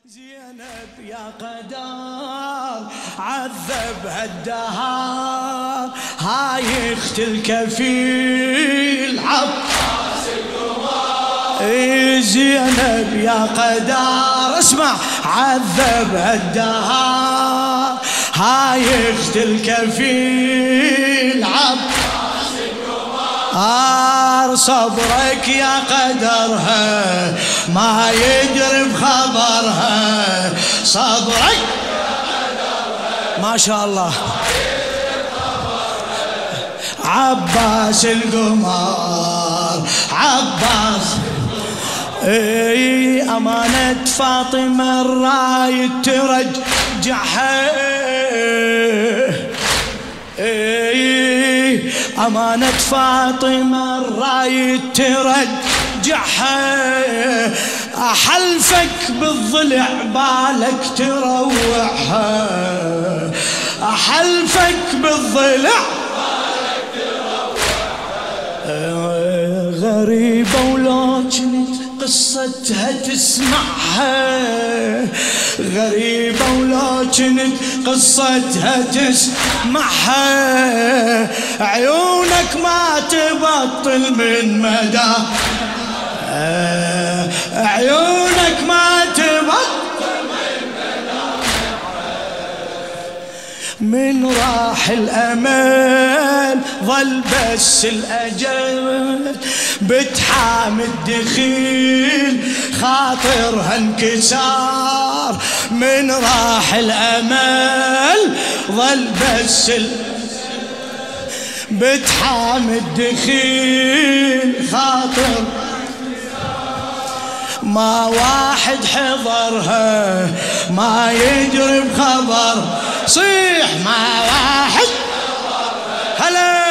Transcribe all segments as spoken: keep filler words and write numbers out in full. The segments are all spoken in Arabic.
زينب يا قدر عذبها الدهر، هاي اخت الكفيل عباس القمر. زينب يا قدر اسمع عذبها الدهر، هاي اخت الكفيل عباس القمر. صبرك يا قدرها ما يدري بخبرها، صبرك يا قدرها ما شاء الله عباس القمر عباس. اي امانة فاطمة الرايد ترجعها، اي امانة فاطمة الرايد ترجعها، احلفك بالضلع بالك تروعها، احلفك بالضلع بالك تروعها. غريبة ولو كنت قصتها تسمعها، غريبة ولو كنت قصتها تسمعها، عيونك ما تبطل من مدى، عيونك ما تبطل من مدى. من راح الأمل ظل بس الأجل، بتحام الدخيل خاطرها انكسار. من راح الأمل ظل بس الأجل، بتحام الدخيل خاطر ما واحد حضرها ما يدري بخبر. صيح ما واحد هلا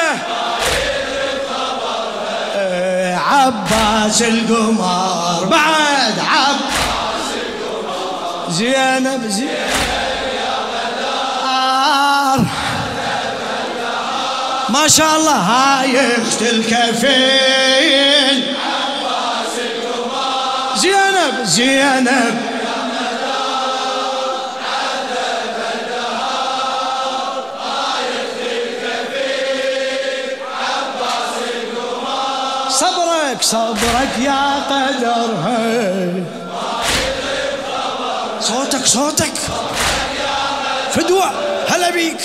عباس القمر بعد عباس القمر. زينب زينب يا قدر ما شاء الله، هاي اخت الكفيل عباس القمر. زينب زينب صبرك صبرك يا قدرها، صوتك صوتك فدوة هلا بيك.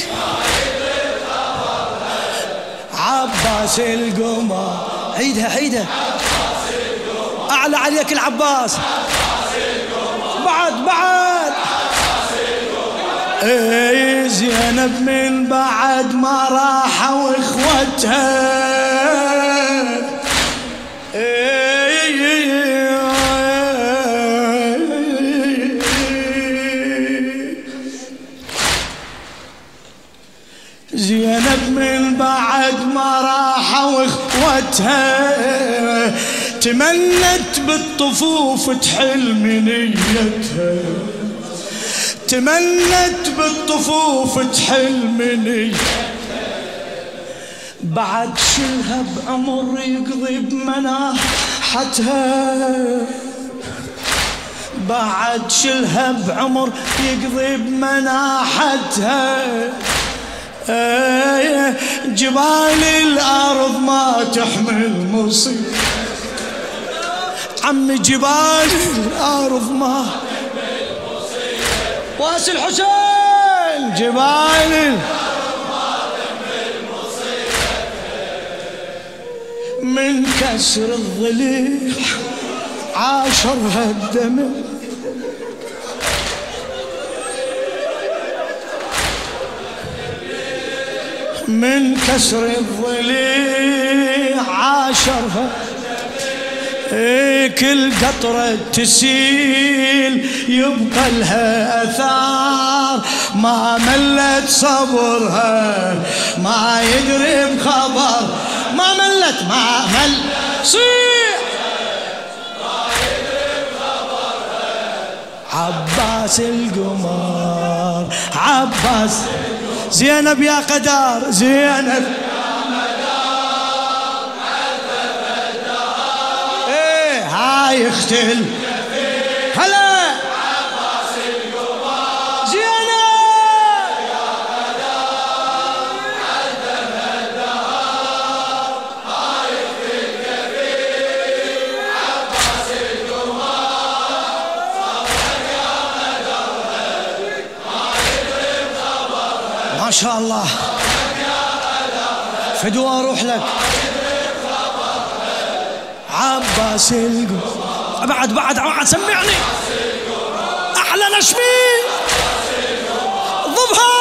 عباس القمر عيدها عيدها أعلى عليك العباس بعد بعد. اي زينب من بعد ما راحوا اخوتها، زينب من بعد ما راحوا اخوتها، تمنت بالطفوف تحل منيتها، تمنت بالطفوف تحل منيتها. بعد شلها بعمر يقضي بمناحتها، بعد شلها بعمر يقضي بمناحتها. جبال الأرض ما تحمل مصيبة، عمي جبال الأرض ما تحمل مصيبة. واس الحسين جبال الأرض ما تحمل مصيبة. من كسر الضليع عاشرها الدمع، من كسر الضليع عاشرها. كل قطرة تسيل يبقى لها أثار، ما ملت صبرها ما يدري بخبر، ما ملت ما مل صيح ما يدري بخبرها. عباس القمر عباس. زينب يا قدر زينب يا قدر عذب الدهر. ايه هاي اختل هلا عباس شاء الله فدوى اروح لك عباس القمر. بعد بعد بعد سمعني احلى نشمي ضبها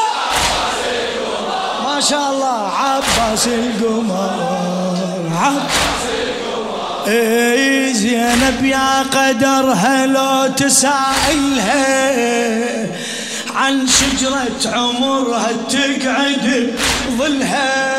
ما شاء الله عباس القمر عباس القمر. اي زينب يا قدرها لو تسائلها عن شجرة عمرها تقعد ظلها.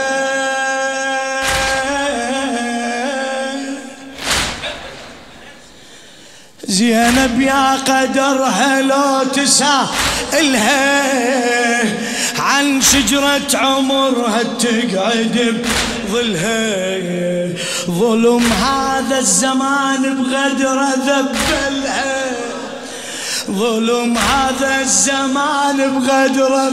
زينب يا قدرها لو تسائلها عن شجرة عمرها تقعد بظلها. ظلم هذا الزمان بغدره ذبلها. ظلم هذا الزمان بغدره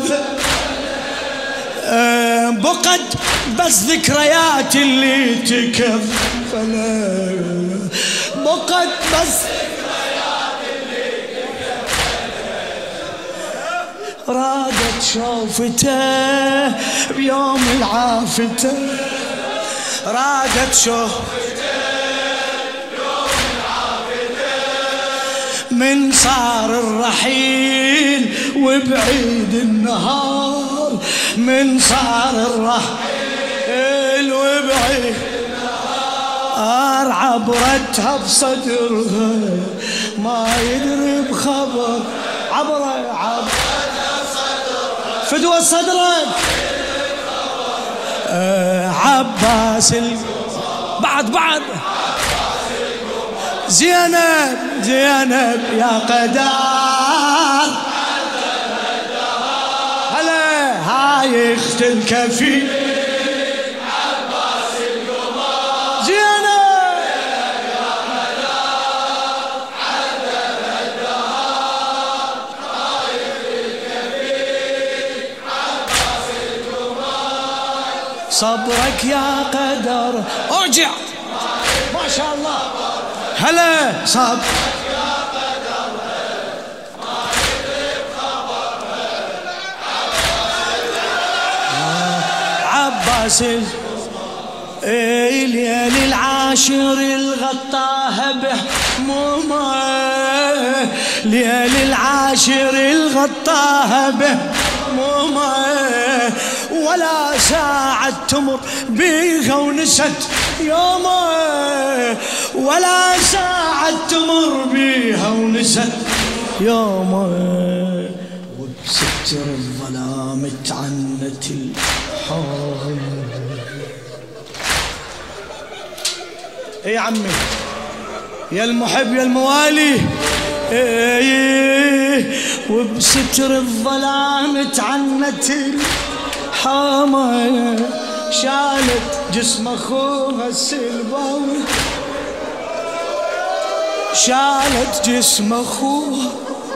ذبلها. بقت بس ذكريات اللي تكفلها. بقت بس رادت شوفته بيوم العافته. رادت شوفته بيوم العافته. من صار الرحيل وبعيد النهار. من صار الرحيل وبعيد النهار. عبرتها بصدرها ما يدري بخبر. عبره عبر فدوى صدرك آه عباس القمر. بعد بعد زينب زينب يا قدر هلا هاي اخت الكفيل عباس القمر. زينب صبرك يا قدر ارجع ما شاء الله. هلا صبرك يا قدر ما يدري بخبرها. عباس الليل العاشر الغطاها بهمومه. ليل العاشر الغطاها بهمومه. ولا ساعة تمر بيها ونست يومه. ولا ساعة تمر بيها ونست يومه. وبستر الظلام تعنت الحال. اي عمي يا المحب يا الموالي. ايه وبستر الظلام تعنت حامة. شالت جسم اخوها السلباوي. شالت جسم اخوها.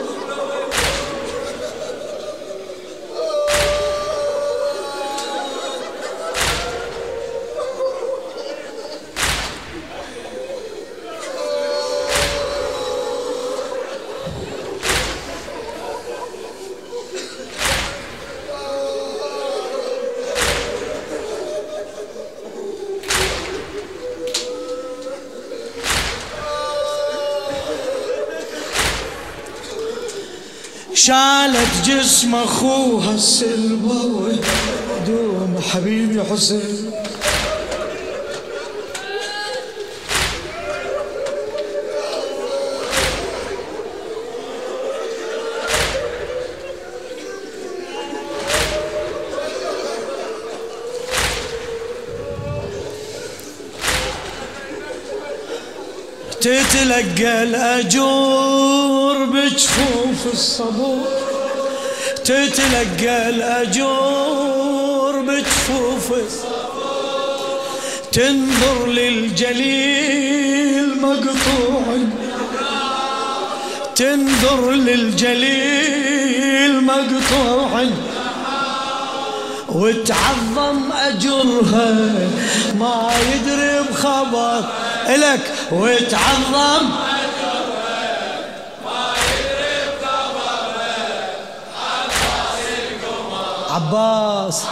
شالت جسم اخوها السلباوي. دوم حبيبي حسين. تتلقى الأجور بجفوف الصبور. تتلقى الأجور بجفوف الصبور. تنظر للجليل مقطوع. تنظر للجليل مقطوع. وتعظم أجرها ما يدري بخبر إلك. وتعظم عباس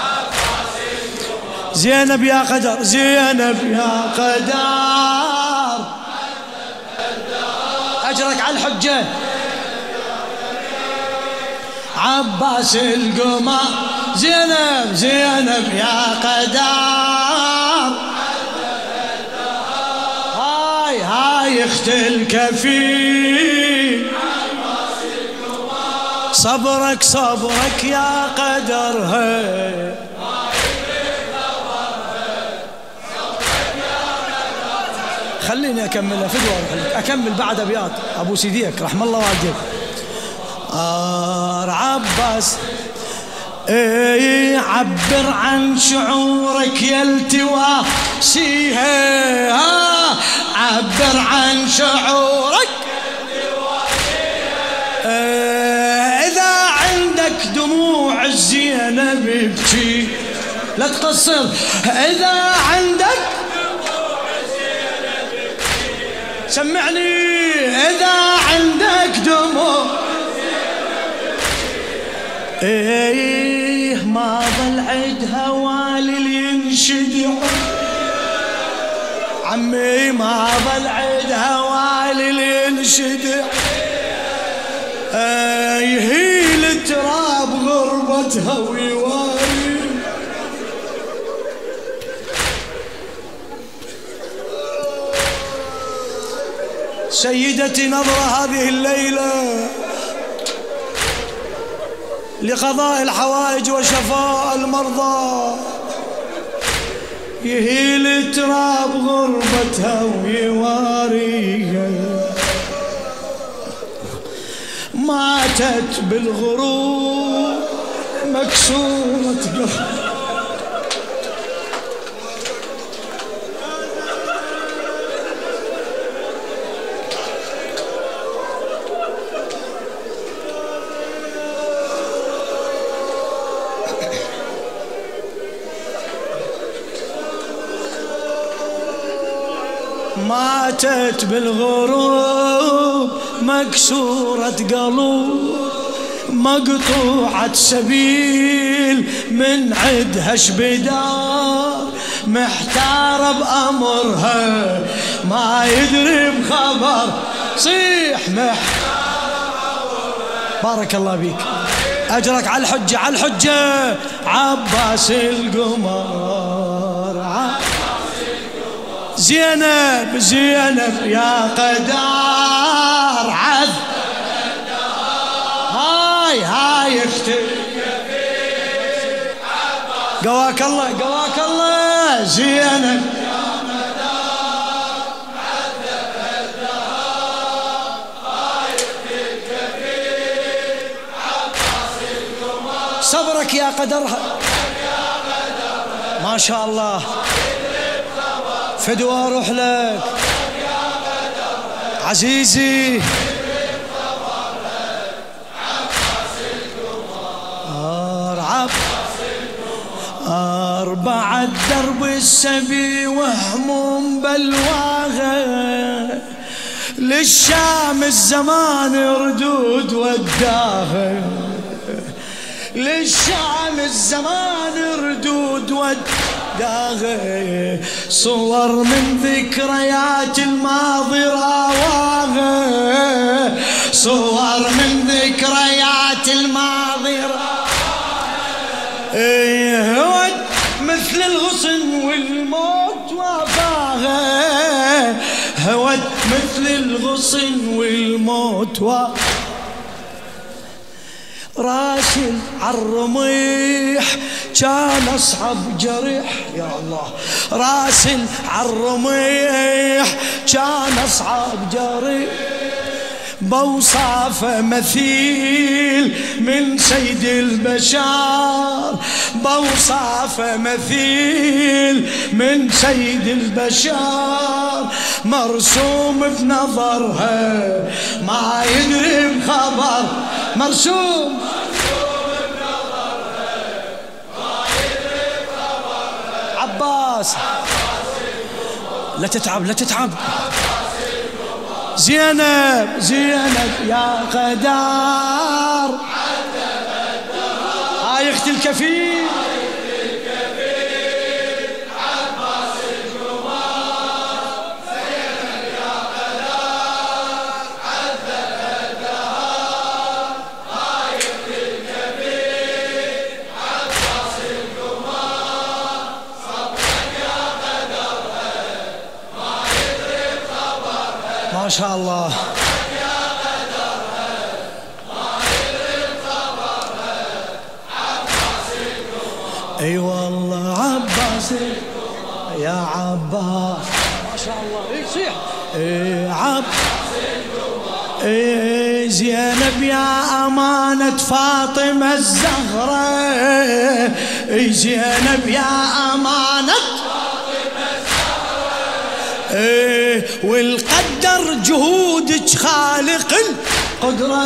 زينب يا قدر زينب يا قدر أجرك على الحجة عباس القمر زينب زينب يا قدر هاي هاي اخت الكفيل صبرك صبرك يا قدر هاي خليني أكملها فدوى أكمل بعد أبيات أبو سيديك رحم الله والديك. آه عباس اي عبر عن شعورك يا التواسيها آه عبر عن شعورك آه إذا عندك دموع الزينب ابكي لا تقصر إذا عندك سمعني إذا عندك دموع إيه ما ظل عد هوالي ينشدع عمي ما ظل عد هوالي ينشدع إيه يهيل التراب غربتها ويواري سيدتي نظرة هذه الليلة لقضاء الحوائج وشفاء المرضى يهيل التراب غربتها ويواريها ماتت بالغروب مكسورة قلب ماتت بالغروب مكسورة قلوب مقطوعة سبيل من عدها شبدار محتار بأمرها ما يدري بخبر صيح محتار بأمرها بارك الله بيك أجرك على الحجة على الحجة عباس القمر زينب زينب يا قدر عد هاي هاي اختي قواك الله قواك الله زينب يا قدر عذب الدهر هاي اختي الكبير عباس القمر صبرك يا قدرها ما شاء الله فدوى اروح لك عزيزي ارعب اربعة درب السبي وهموم بلواغه للشام الزمان ردود وداها للشام الزمان ردود وداها صور من ذكريات الماضي راواها صور من ذكريات الماضي راواها هود مثل الغصن والموت وافاها هود مثل الغصن والموت وافاها راسل عالرميح كان اصعب جريح يا الله راسل عالرميح كان اصعب جريح بوصافه مثيل من سيد البشر بوصافه مثيل من سيد البشر مرسوم بنظرها ما يدري بخبر مرسوم عباس لا تتعب لا تتعب زينب زينب يا قدر هاي اختي الكفيل ما شاء الله. اي والله عباس يا عباس ما شاء الله. اي صيح اي عب اي زينب يا امانة فاطمة الزهراء. اي زينب يا امانة فاطمة الزهراء. اي والقدر جهودك خالق القدرة.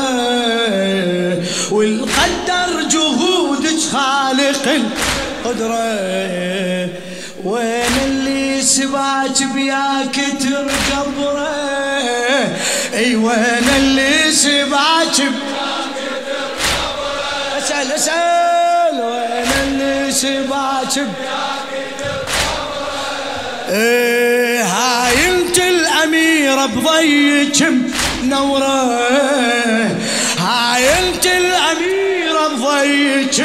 والقدر جهودك خالق القدرة. وين اللي سباك بياك ترجبره. اي وين اللي سباك بياك ترجبره. اسأل اسأل وين اللي سباك بياك ترجبره. ايه هاي انت الاميرة بضيك منورة. هاي انت الاميرة بضيك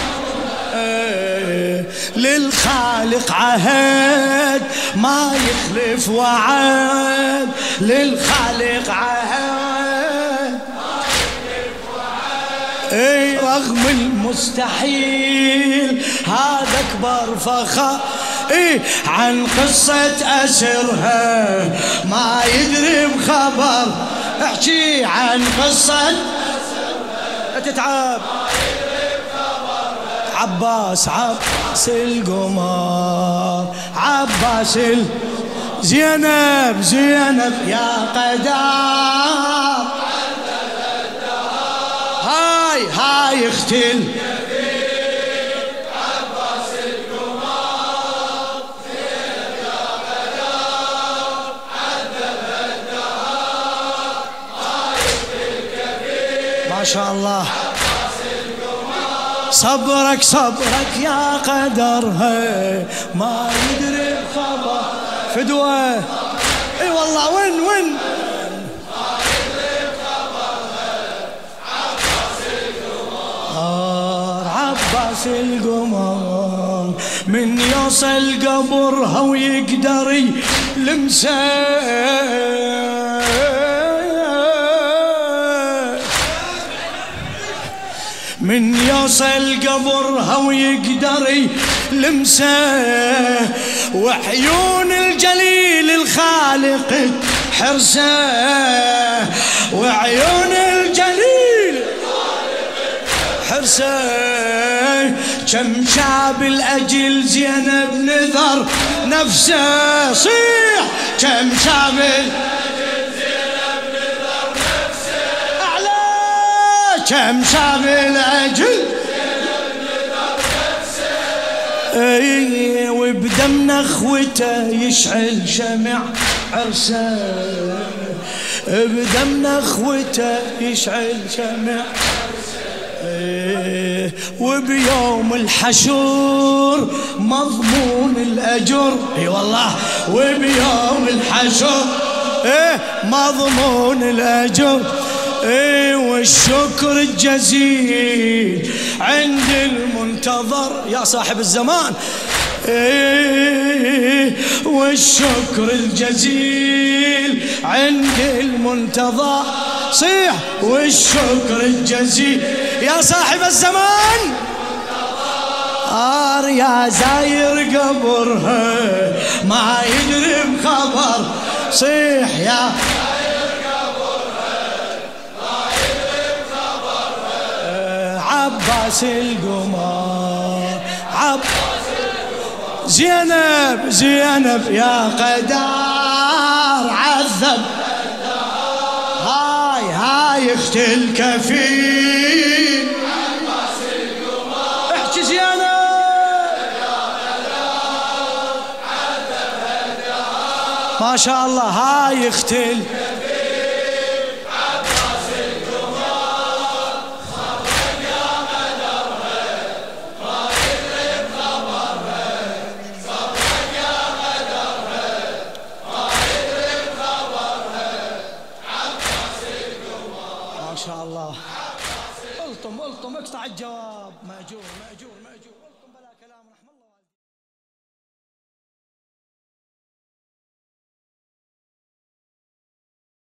منورة. للخالق عهد ما يخلف وعد. للخالق عهد ما يخلف وعد. اي رغم المستحيل هذا اكبر فخر. اي عن قصة اسرها ما يدري بخبر. احكي عن قصة اسرها لا تتعب. عباس عباس القمر عباس ال... زينب زينب يا قدار. هاي هاي اختي عباس القمر. زينب يا قدار عذب الدهر. هاي اختي الكبير ما شاء الله. صبرك صبرك يا قدرها ما يدري بخبر. فدوة اي والله وين وين ما يدري بخبرها. عباس القمر عباس القمر من يوصل قبرها ويقدر يلمسه. من يوصل قبرها ويقدر يلمسه. وعيون الجليل الخالق حرسه. وعيون الجليل حرسه. كم شاب الأجل زينب نذر نفسه. صيح كم شاب كم شاب الأجل اي وبدم نخوته يشعل شمع عرسه. بدم نخوته يشعل شمع عرسه. وبيوم الحشور مضمون الأجر. اي والله وبيوم الحشور ايه مضمون الأجر. ايه والشكر الجزيل عند المنتظر يا صاحب الزمان. ايه والشكر الجزيل عند المنتظر. صيح والشكر الجزيل يا صاحب الزمان. آر يا زاير قبرها ما يدري بخبر. صيح يا عباس القمر عباس القمر. زينب زينب يا قدار عذب. هاي هاي اختي الكفيل عباس القمر. احكي زينب يا قدار عذب الدهر. ما شاء الله. هاي اختي شاء الله. الطم الطم اقطع الجواب. مأجور مأجور مأجور.